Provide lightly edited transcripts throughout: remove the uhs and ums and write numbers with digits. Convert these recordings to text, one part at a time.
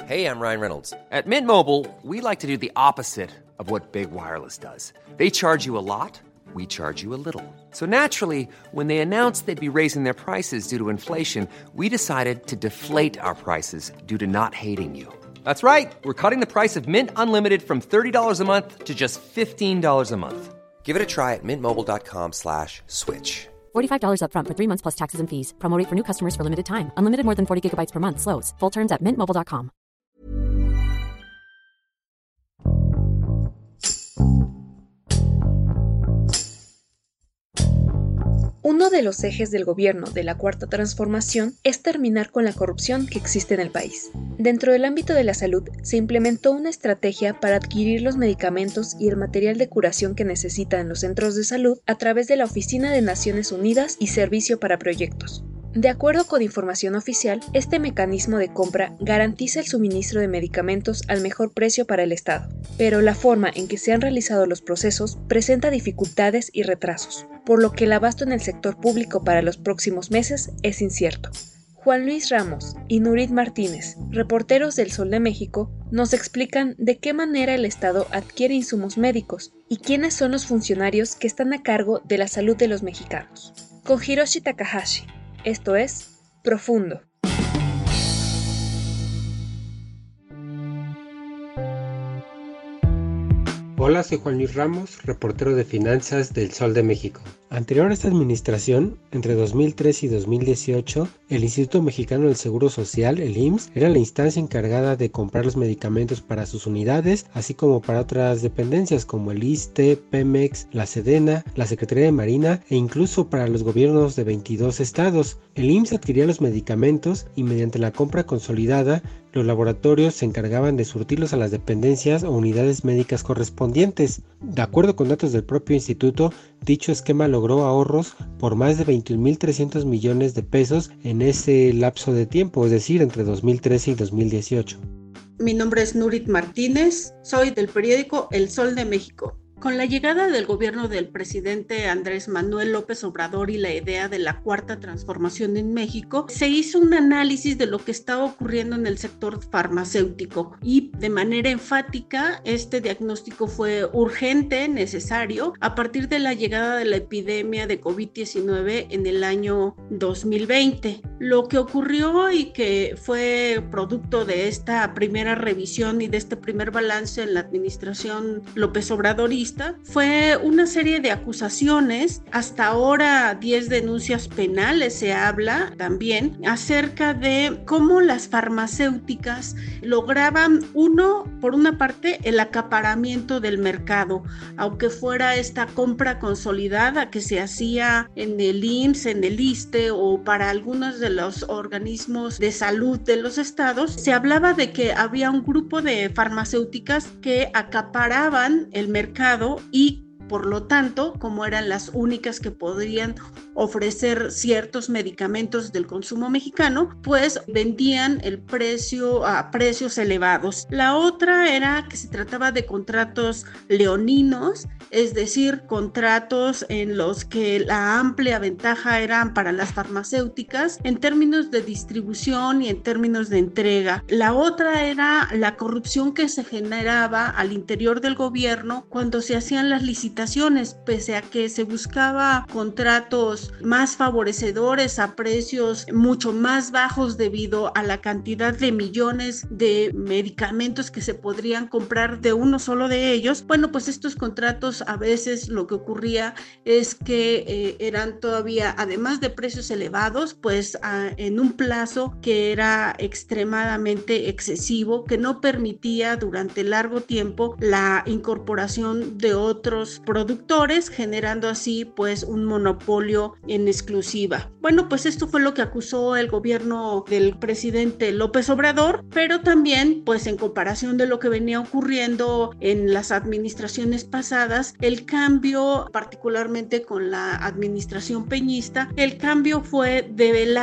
Hey, I'm Ryan Reynolds. At Mint Mobile, we like to do the opposite of what Big Wireless does. They charge you a lot, we charge you a little. So naturally, when they announced they'd be raising their prices due to inflation, we decided to deflate our prices due to not hating you. That's right. We're cutting the price of Mint Unlimited from $30 a month to just $15 a month. Give it a try at mintmobile.com/switch. $45 up front for 3 months plus taxes and fees. Promo rate for new customers for limited time. Unlimited more than 40 gigabytes per month. Slows full terms at mintmobile.com. Uno de los ejes del gobierno de la Cuarta Transformación es terminar con la corrupción que existe en el país. Dentro del ámbito de la salud, se implementó una estrategia para adquirir los medicamentos y el material de curación que necesitan los centros de salud a través de la Oficina de Naciones Unidas y Servicio para Proyectos. De acuerdo con información oficial, este mecanismo de compra garantiza el suministro de medicamentos al mejor precio para el Estado, pero la forma en que se han realizado los procesos presenta dificultades y retrasos, por lo que el abasto en el sector público para los próximos meses es incierto. Juan Luis Ramos y Nurit Martínez, reporteros del Sol de México, nos explican de qué manera el Estado adquiere insumos médicos y quiénes son los funcionarios que están a cargo de la salud de los mexicanos. Con Hiroshi Takahashi. Esto es Profundo. Hola, soy Juan Luis Ramos, reportero de finanzas del Sol de México. Anterior a esta administración, entre 2003 y 2018, el Instituto Mexicano del Seguro Social, el IMSS, era la instancia encargada de comprar los medicamentos para sus unidades, así como para otras dependencias como el ISSSTE, Pemex, la Sedena, la Secretaría de Marina e incluso para los gobiernos de 22 estados. El IMSS adquiría los medicamentos y mediante la compra consolidada, los laboratorios se encargaban de surtirlos a las dependencias o unidades médicas correspondientes. De acuerdo con datos del propio instituto, dicho esquema logró ahorros por más de 21.300 millones de pesos en ese lapso de tiempo, es decir, entre 2013 y 2018. Mi nombre es Nurit Martínez, soy del periódico El Sol de México. Con la llegada del gobierno del presidente Andrés Manuel López Obrador y la idea de la Cuarta Transformación en México, se hizo un análisis de lo que estaba ocurriendo en el sector farmacéutico y de manera enfática este diagnóstico fue urgente, necesario, a partir de la llegada de la epidemia de COVID-19 en el año 2020. Lo que ocurrió y que fue producto de esta primera revisión y de este primer balance en la administración López Obradorista fue una serie de acusaciones, hasta ahora 10 denuncias penales se habla también, acerca de cómo las farmacéuticas lograban, por una parte, el acaparamiento del mercado, aunque fuera esta compra consolidada que se hacía en el IMSS, en el ISSSTE o para algunos de los organismos de salud de los estados, se hablaba de que había un grupo de farmacéuticas que acaparaban el mercado y por lo tanto, como eran las únicas que podrían ofrecer ciertos medicamentos del consumo mexicano, pues vendían el precio a precios elevados. La otra era que se trataba de contratos leoninos, es decir, contratos en los que la amplia ventaja eran para las farmacéuticas en términos de distribución y en términos de entrega. La otra era la corrupción que se generaba al interior del gobierno cuando se hacían las licitaciones, pese a que se buscaba contratos más favorecedores a precios mucho más bajos debido a la cantidad de millones de medicamentos que se podrían comprar de uno solo de ellos. Bueno, pues estos contratos a veces lo que ocurría es que eran todavía, además de precios elevados, pues en un plazo que era extremadamente excesivo, que no permitía durante largo tiempo la incorporación de otros productores, generando así pues un monopolio en exclusiva. Bueno, pues esto fue lo que acusó el gobierno del presidente López Obrador, pero también pues en comparación de lo que venía ocurriendo en las administraciones pasadas, el cambio, particularmente con la administración peñista, el cambio fue develar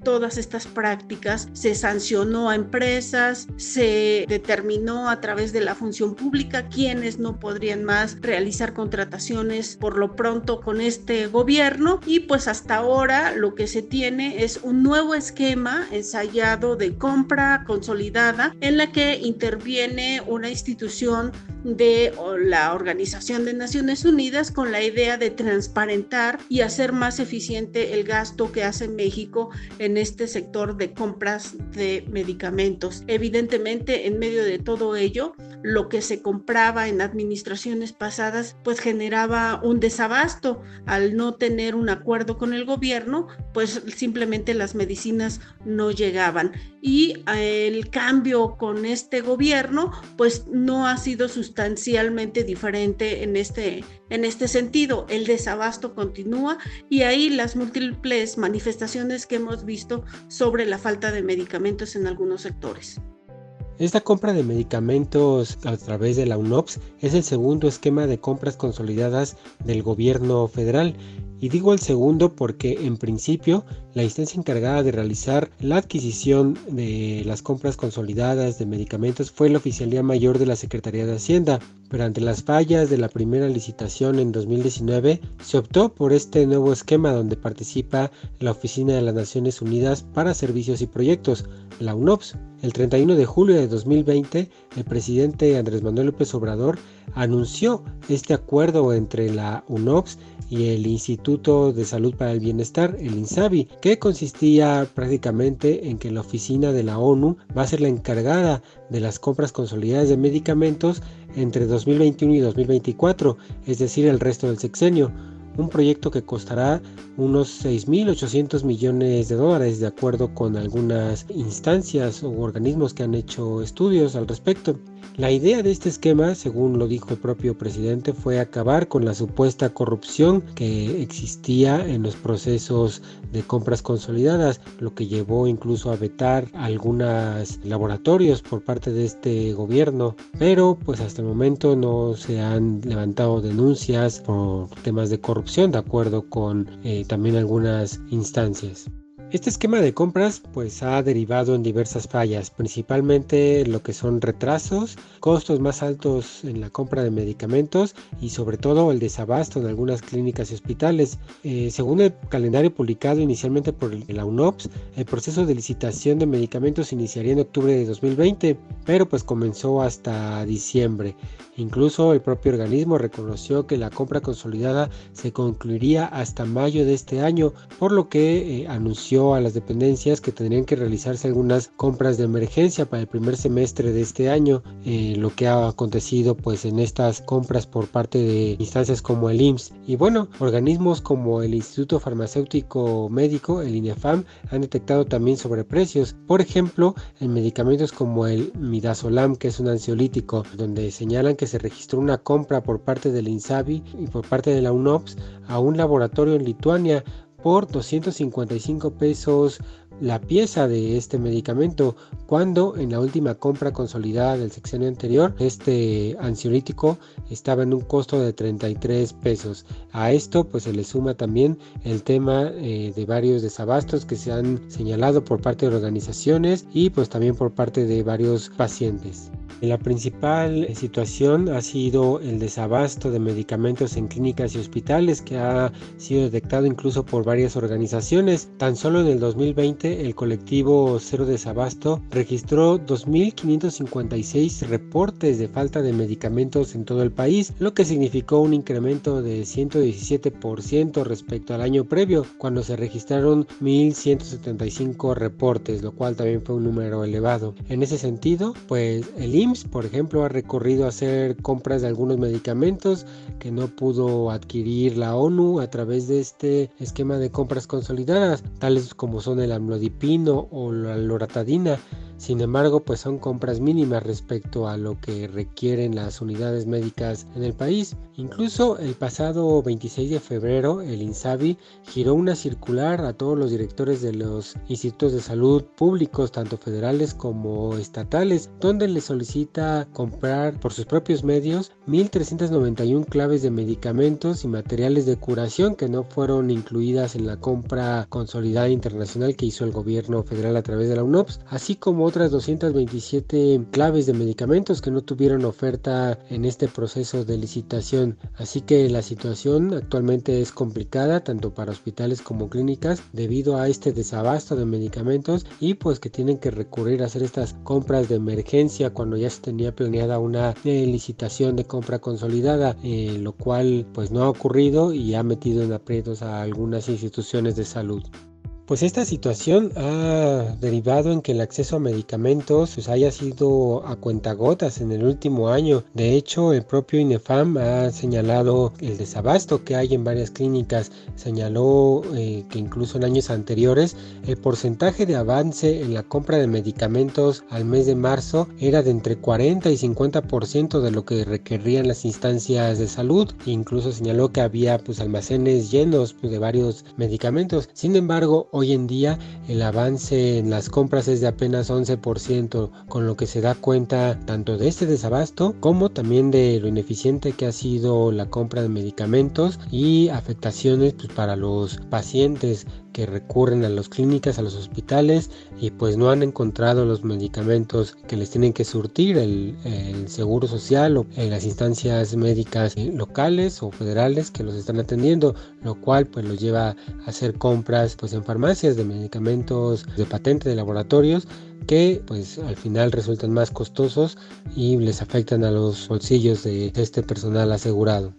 todas estas prácticas, se sancionó a empresas, se determinó a través de la función pública quiénes no podrían más realizar contrataciones por lo pronto con este gobierno, y pues hasta ahora lo que se tiene es un nuevo esquema ensayado de compra consolidada en la que interviene una institución de la Organización de Naciones Unidas con la idea de transparentar y hacer más eficiente el gasto que hace México en este sector de compras de medicamentos. Evidentemente, en medio de todo ello, lo que se compraba en administraciones pasadas pues generaba un desabasto. Al no tener un acuerdo con el gobierno, pues simplemente las medicinas no llegaban, y el cambio con este gobierno pues no ha sido sustancialmente diferente en este sentido. El desabasto continúa, y ahí las múltiples manifestaciones que hemos visto sobre la falta de medicamentos en algunos sectores. Esta compra de medicamentos a través de la UNOPS es el segundo esquema de compras consolidadas del gobierno federal. Y digo el segundo porque en principio la instancia encargada de realizar la adquisición de las compras consolidadas de medicamentos fue la Oficialía Mayor de la Secretaría de Hacienda, pero ante las fallas de la primera licitación en 2019 se optó por este nuevo esquema donde participa la Oficina de las Naciones Unidas para Servicios y Proyectos, la UNOPS. El 31 de julio de 2020, el presidente Andrés Manuel López Obrador anunció este acuerdo entre la UNOPS y el Instituto de Salud para el Bienestar, el INSABI, que consistía prácticamente en que la oficina de la ONU va a ser la encargada de las compras consolidadas de medicamentos entre 2021 y 2024, es decir, el resto del sexenio. Un proyecto que costará unos 6.800 millones de dólares, de acuerdo con algunas instancias o organismos que han hecho estudios al respecto. La idea de este esquema, según lo dijo el propio presidente, fue acabar con la supuesta corrupción que existía en los procesos de compras consolidadas, lo que llevó incluso a vetar algunos laboratorios por parte de este gobierno, pero pues hasta el momento no se han levantado denuncias por temas de corrupción, de acuerdo con también algunas instancias. Este esquema de compras pues ha derivado en diversas fallas, principalmente lo que son retrasos, costos más altos en la compra de medicamentos y sobre todo el desabasto en algunas clínicas y hospitales. Según el calendario publicado inicialmente por la UNOPS, el proceso de licitación de medicamentos iniciaría en octubre de 2020, pero pues comenzó hasta diciembre. Incluso el propio organismo reconoció que la compra consolidada se concluiría hasta mayo de este año, por lo que anunció a las dependencias que tendrían que realizarse algunas compras de emergencia para el primer semestre de este año, lo que ha acontecido pues en estas compras por parte de instancias como el IMSS. Y bueno, organismos como el Instituto Farmacéutico Médico, el INEFAM, han detectado también sobreprecios, por ejemplo en medicamentos como el Midazolam, que es un ansiolítico, donde señalan que se registró una compra por parte del INSABI y por parte de la UNOPS a un laboratorio en Lituania por 255 pesos la pieza de este medicamento, cuando en la última compra consolidada del sexenio anterior este ansiolítico estaba en un costo de 33 pesos. A esto pues se le suma también el tema de varios desabastos que se han señalado por parte de organizaciones y pues también por parte de varios pacientes. La principal situación ha sido el desabasto de medicamentos en clínicas y hospitales, que ha sido detectado incluso por varias organizaciones. Tan solo en el 2020 el colectivo Cero Desabasto registró 2.556 reportes de falta de medicamentos en todo el país, lo que significó un incremento de 117% respecto al año previo, cuando se registraron 1.175 reportes, lo cual también fue un número elevado. En ese sentido, pues el IMSS, por ejemplo, ha recurrido a hacer compras de algunos medicamentos que no pudo adquirir la ONU a través de este esquema de compras consolidadas, tales como son el amlodipino o la loratadina. Sin embargo, pues son compras mínimas respecto a lo que requieren las unidades médicas en el país. Incluso el pasado 26 de febrero, el INSABI giró una circular a todos los directores de los institutos de salud públicos, tanto federales como estatales, donde les solicita comprar por sus propios medios 1.391 claves de medicamentos y materiales de curación que no fueron incluidas en la compra consolidada internacional que hizo el gobierno federal a través de la UNOPS, así como otras 227 claves de medicamentos que no tuvieron oferta en este proceso de licitación. Así que la situación actualmente es complicada tanto para hospitales como clínicas debido a este desabasto de medicamentos y pues que tienen que recurrir a hacer estas compras de emergencia cuando ya se tenía planeada una licitación de compra consolidada, lo cual pues no ha ocurrido y ha metido en aprietos a algunas instituciones de salud. Pues esta situación ha derivado en que el acceso a medicamentos pues haya sido a cuentagotas en el último año. De hecho, el propio INEFAM ha señalado el desabasto que hay en varias clínicas. Señaló que incluso en años anteriores el porcentaje de avance en la compra de medicamentos al mes de marzo era de entre 40 y 50% de lo que requerían las instancias de salud. Incluso señaló que había pues almacenes llenos de varios medicamentos. Sin embargo, hoy en día el avance en las compras es de apenas 11%, con lo que se da cuenta tanto de este desabasto como también de lo ineficiente que ha sido la compra de medicamentos y afectaciones pues, para los pacientes que recurren a las clínicas, a los hospitales y pues no han encontrado los medicamentos que les tienen que surtir el seguro social o en las instancias médicas locales o federales que los están atendiendo, lo cual pues los lleva a hacer compras pues en farmacias de medicamentos de patente de laboratorios que pues al final resultan más costosos y les afectan a los bolsillos de este personal asegurado.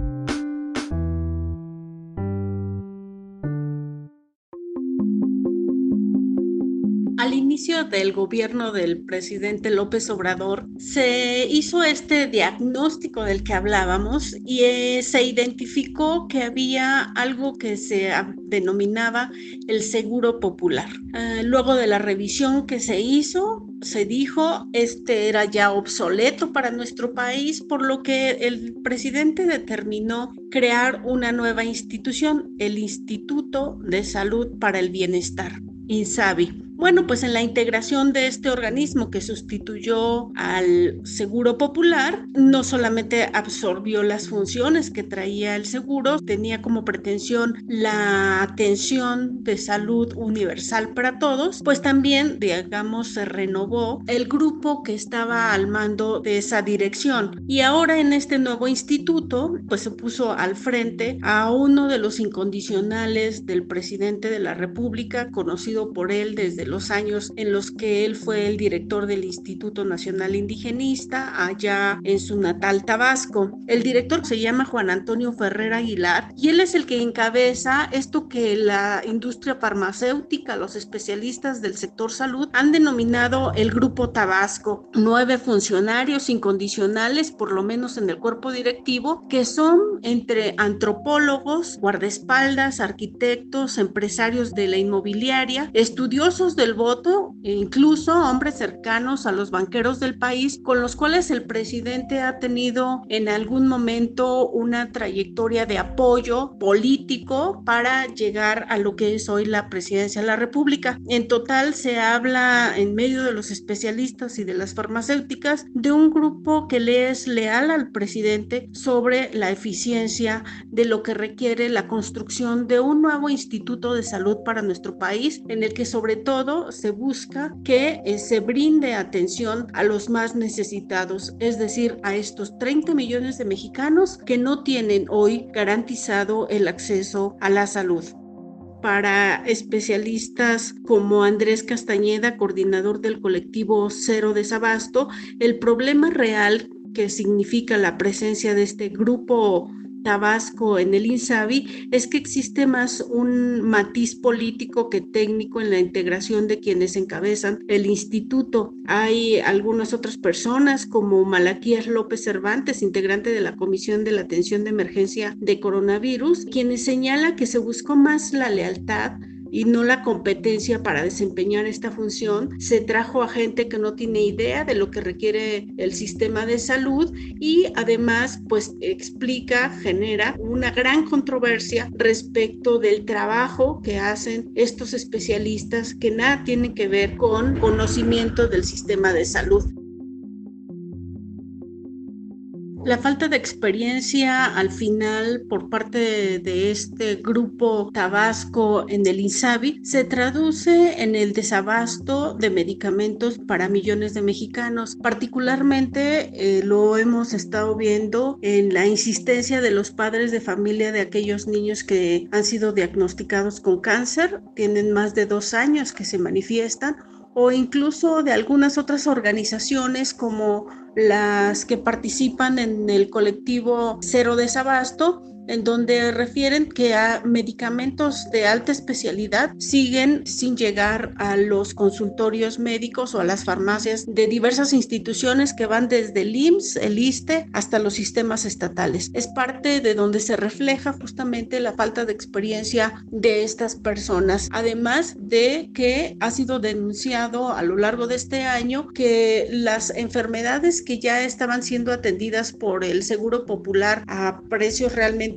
Al inicio del gobierno del presidente López Obrador se hizo este diagnóstico del que hablábamos y se identificó que había algo que se denominaba el seguro popular. Luego de la revisión que se hizo, se dijo este era ya obsoleto para nuestro país, por lo que el presidente determinó crear una nueva institución, el Instituto de Salud para el Bienestar, INSABI. Bueno, pues en la integración de este organismo que sustituyó al Seguro Popular, no solamente absorbió las funciones que traía el seguro, tenía como pretensión la atención de salud universal para todos, pues también, digamos, se renovó el grupo que estaba al mando de esa dirección. Y ahora en este nuevo instituto, pues se puso al frente a uno de los incondicionales del presidente de la República, conocido por él desde los años en los que él fue el director del Instituto Nacional Indigenista allá en su natal Tabasco. El director se llama Juan Antonio Ferrer Aguilar y él es el que encabeza esto que la industria farmacéutica, los especialistas del sector salud han denominado el Grupo Tabasco. 9 funcionarios incondicionales, por lo menos en el cuerpo directivo, que son entre antropólogos, guardaespaldas, arquitectos, empresarios de la inmobiliaria, estudiosos del voto e incluso hombres cercanos a los banqueros del país con los cuales el presidente ha tenido en algún momento una trayectoria de apoyo político para llegar a lo que es hoy la presidencia de la República. En total se habla en medio de los especialistas y de las farmacéuticas de un grupo que le es leal al presidente sobre la eficiencia de lo que requiere la construcción de un nuevo instituto de salud para nuestro país, en el que sobre todo se busca que se brinde atención a los más necesitados, es decir, a estos 30 millones de mexicanos que no tienen hoy garantizado el acceso a la salud. Para especialistas como Andrés Castañeda, coordinador del colectivo Cero Desabasto, el problema real que significa la presencia de este grupo Tabasco en el INSABI es que existe más un matiz político que técnico en la integración de quienes encabezan el instituto. Hay algunas otras personas como Malaquías López Cervantes, integrante de la Comisión de la Atención de Emergencia de Coronavirus, quienes señala que se buscó más la lealtad y no la competencia para desempeñar esta función. Se trajo a gente que no tiene idea de lo que requiere el sistema de salud y además pues explica, genera una gran controversia respecto del trabajo que hacen estos especialistas que nada tienen que ver con conocimiento del sistema de salud. La falta de experiencia al final por parte de este grupo Tabasco en el INSABI se traduce en el desabasto de medicamentos para millones de mexicanos. Particularmente lo hemos estado viendo en la insistencia de los padres de familia de aquellos niños que han sido diagnosticados con cáncer, tienen más de 2 años que se manifiestan, o incluso de algunas otras organizaciones como las que participan en el colectivo Cero Desabasto, en donde refieren que a medicamentos de alta especialidad siguen sin llegar a los consultorios médicos o a las farmacias de diversas instituciones que van desde el IMSS, el ISSSTE, hasta los sistemas estatales. Es parte de donde se refleja justamente la falta de experiencia de estas personas, además de que ha sido denunciado a lo largo de este año que las enfermedades que ya estaban siendo atendidas por el Seguro Popular a precios realmente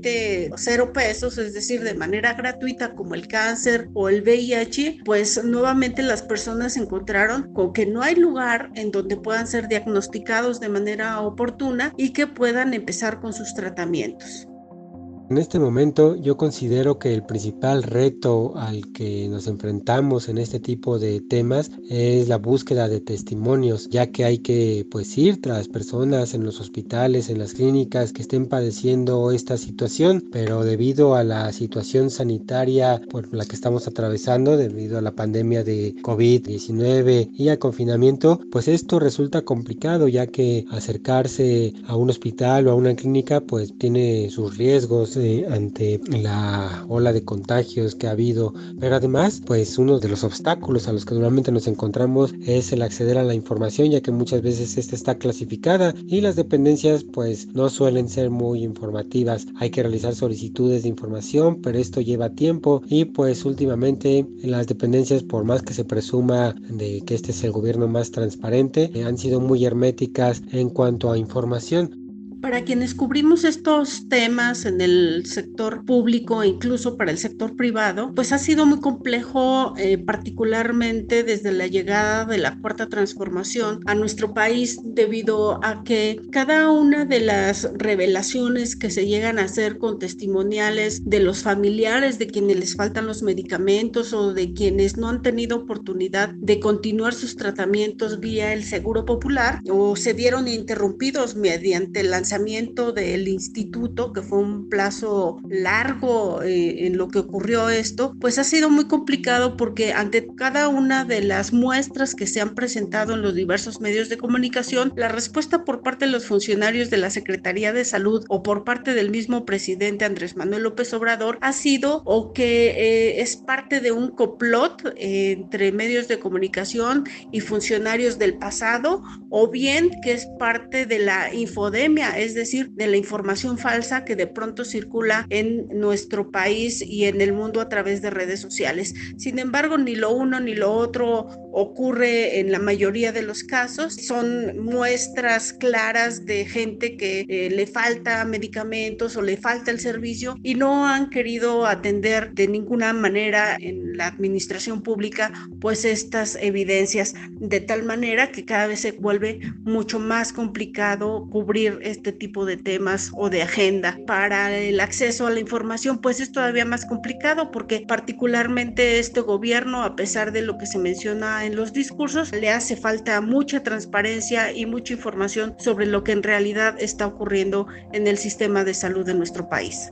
0 pesos, es decir, de manera gratuita, como el cáncer o el VIH, pues nuevamente las personas se encontraron con que no hay lugar en donde puedan ser diagnosticados de manera oportuna y que puedan empezar con sus tratamientos. En este momento yo considero que el principal reto al que nos enfrentamos en este tipo de temas es la búsqueda de testimonios, ya que hay que ir tras personas en los hospitales, en las clínicas que estén padeciendo esta situación, pero debido a la situación sanitaria por la que estamos atravesando, debido a la pandemia de COVID-19 y al confinamiento, pues esto resulta complicado, ya que acercarse a un hospital o a una clínica pues tiene sus riesgos ante la ola de contagios que ha habido, pero además pues uno de los obstáculos a los que normalmente nos encontramos es el acceder a la información, ya que muchas veces esta está clasificada y las dependencias pues no suelen ser muy informativas. Hay que realizar solicitudes de información, pero esto lleva tiempo y pues últimamente las dependencias, por más que se presuma de que este es el gobierno más transparente, han sido muy herméticas en cuanto a información. Para quienes cubrimos estos temas en el sector público e incluso para el sector privado, pues ha sido muy complejo, particularmente desde la llegada de la Cuarta Transformación a nuestro país, debido a que cada una de las revelaciones que se llegan a hacer con testimoniales de los familiares de quienes les faltan los medicamentos o de quienes no han tenido oportunidad de continuar sus tratamientos vía el Seguro Popular o se vieron interrumpidos mediante el lanzamiento del instituto, que fue un plazo largo en lo que ocurrió esto, pues ha sido muy complicado porque ante cada una de las muestras que se han presentado en los diversos medios de comunicación, la respuesta por parte de los funcionarios de la Secretaría de Salud o por parte del mismo presidente Andrés Manuel López Obrador ha sido o que es parte de un complot entre medios de comunicación y funcionarios del pasado, o bien que es parte de la infodemia, es decir, de la información falsa que de pronto circula en nuestro país y en el mundo a través de redes sociales. Sin embargo, ni lo uno ni lo otro ocurre en la mayoría de los casos. Son muestras claras de gente que le falta medicamentos o le falta el servicio y no han querido atender de ninguna manera en la administración pública pues estas evidencias, de tal manera que cada vez se vuelve mucho más complicado cubrir este tipo de temas o de agenda. Para el acceso a la información pues es todavía más complicado porque particularmente este gobierno, a pesar de lo que se menciona en los discursos, le hace falta mucha transparencia y mucha información sobre lo que en realidad está ocurriendo en el sistema de salud de nuestro país.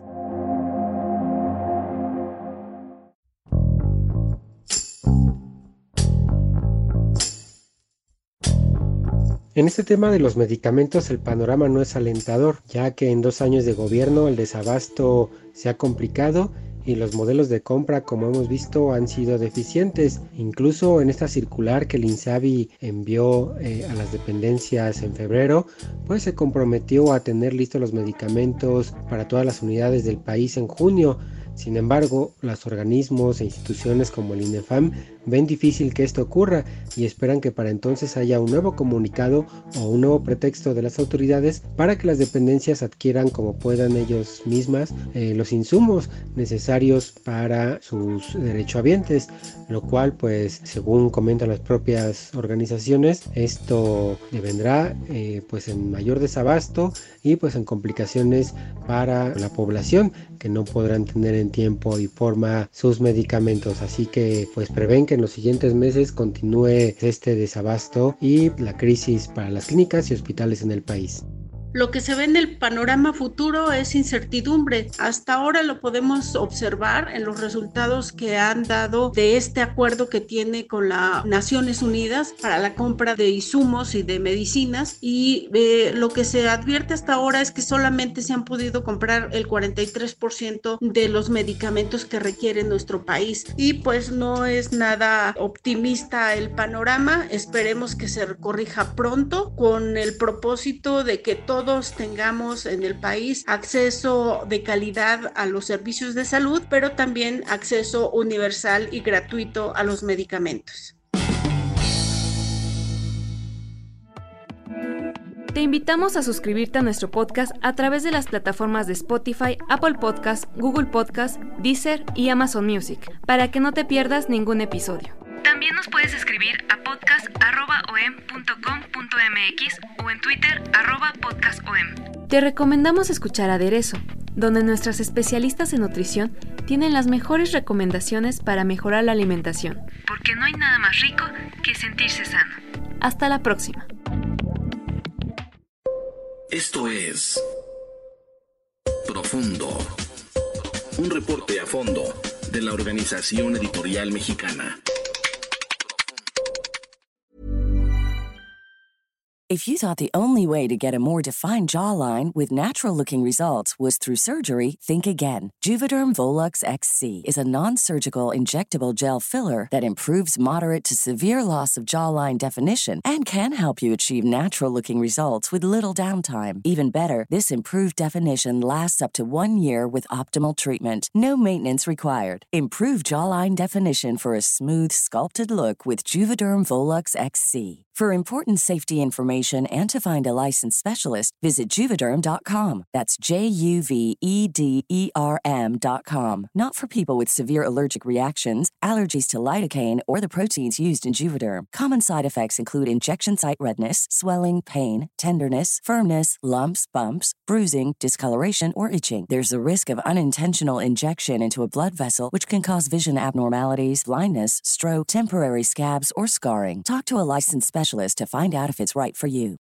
En este tema de los medicamentos el panorama no es alentador, ya que en 2 años de gobierno el desabasto se ha complicado y los modelos de compra, como hemos visto, han sido deficientes. Incluso en esta circular que el INSABI envió a las dependencias en febrero, pues se comprometió a tener listos los medicamentos para todas las unidades del país en junio. Sin embargo, los organismos e instituciones como el INEFAM ven difícil que esto ocurra y esperan que para entonces haya un nuevo comunicado o un nuevo pretexto de las autoridades para que las dependencias adquieran como puedan ellos mismas los insumos necesarios para sus derechohabientes, lo cual pues según comentan las propias organizaciones, esto devendrá pues en mayor desabasto y pues en complicaciones para la población que no podrán tener en tiempo y forma sus medicamentos, así que pues prevén que en los siguientes meses continúe este desabasto y la crisis para las clínicas y hospitales en el país. Lo que se ve en el panorama futuro es incertidumbre. Hasta ahora lo podemos observar en los resultados que han dado de este acuerdo que tiene con las Naciones Unidas para la compra de insumos y de medicinas, y lo que se advierte hasta ahora es que solamente se han podido comprar el 43% de los medicamentos que requiere nuestro país, y pues no es nada optimista el panorama. Esperemos que se corrija pronto con el propósito de que todos tengamos en el país acceso de calidad a los servicios de salud, pero también acceso universal y gratuito a los medicamentos. Te invitamos a suscribirte a nuestro podcast a través de las plataformas de Spotify, Apple Podcasts, Google Podcasts, Deezer y Amazon Music, para que no te pierdas ningún episodio. También nos puedes escribir a podcast@om.com.mx o en Twitter @podcastom. Te recomendamos escuchar Aderezo, donde nuestras especialistas en nutrición tienen las mejores recomendaciones para mejorar la alimentación. Porque no hay nada más rico que sentirse sano. Hasta la próxima. Esto es Profundo, un reporte a fondo de la Organización Editorial Mexicana. If you thought the only way to get a more defined jawline with natural-looking results was through surgery, think again. Juvederm Volux XC is a non-surgical injectable gel filler that improves moderate to severe loss of jawline definition and can help you achieve natural-looking results with little downtime. Even better, this improved definition lasts up to 1 year with optimal treatment. No maintenance required. Improve jawline definition for a smooth, sculpted look with Juvederm Volux XC. For important safety information and to find a licensed specialist, visit Juvederm.com. That's JUVEDERM.com. Not for people with severe allergic reactions, allergies to lidocaine, or the proteins used in Juvederm. Common side effects include injection site redness, swelling, pain, tenderness, firmness, lumps, bumps, bruising, discoloration, or itching. There's the risk of unintentional injection into a blood vessel, which can cause vision abnormalities, blindness, stroke, temporary scabs, or scarring. Talk to a licensed specialist to find out if it's right for you.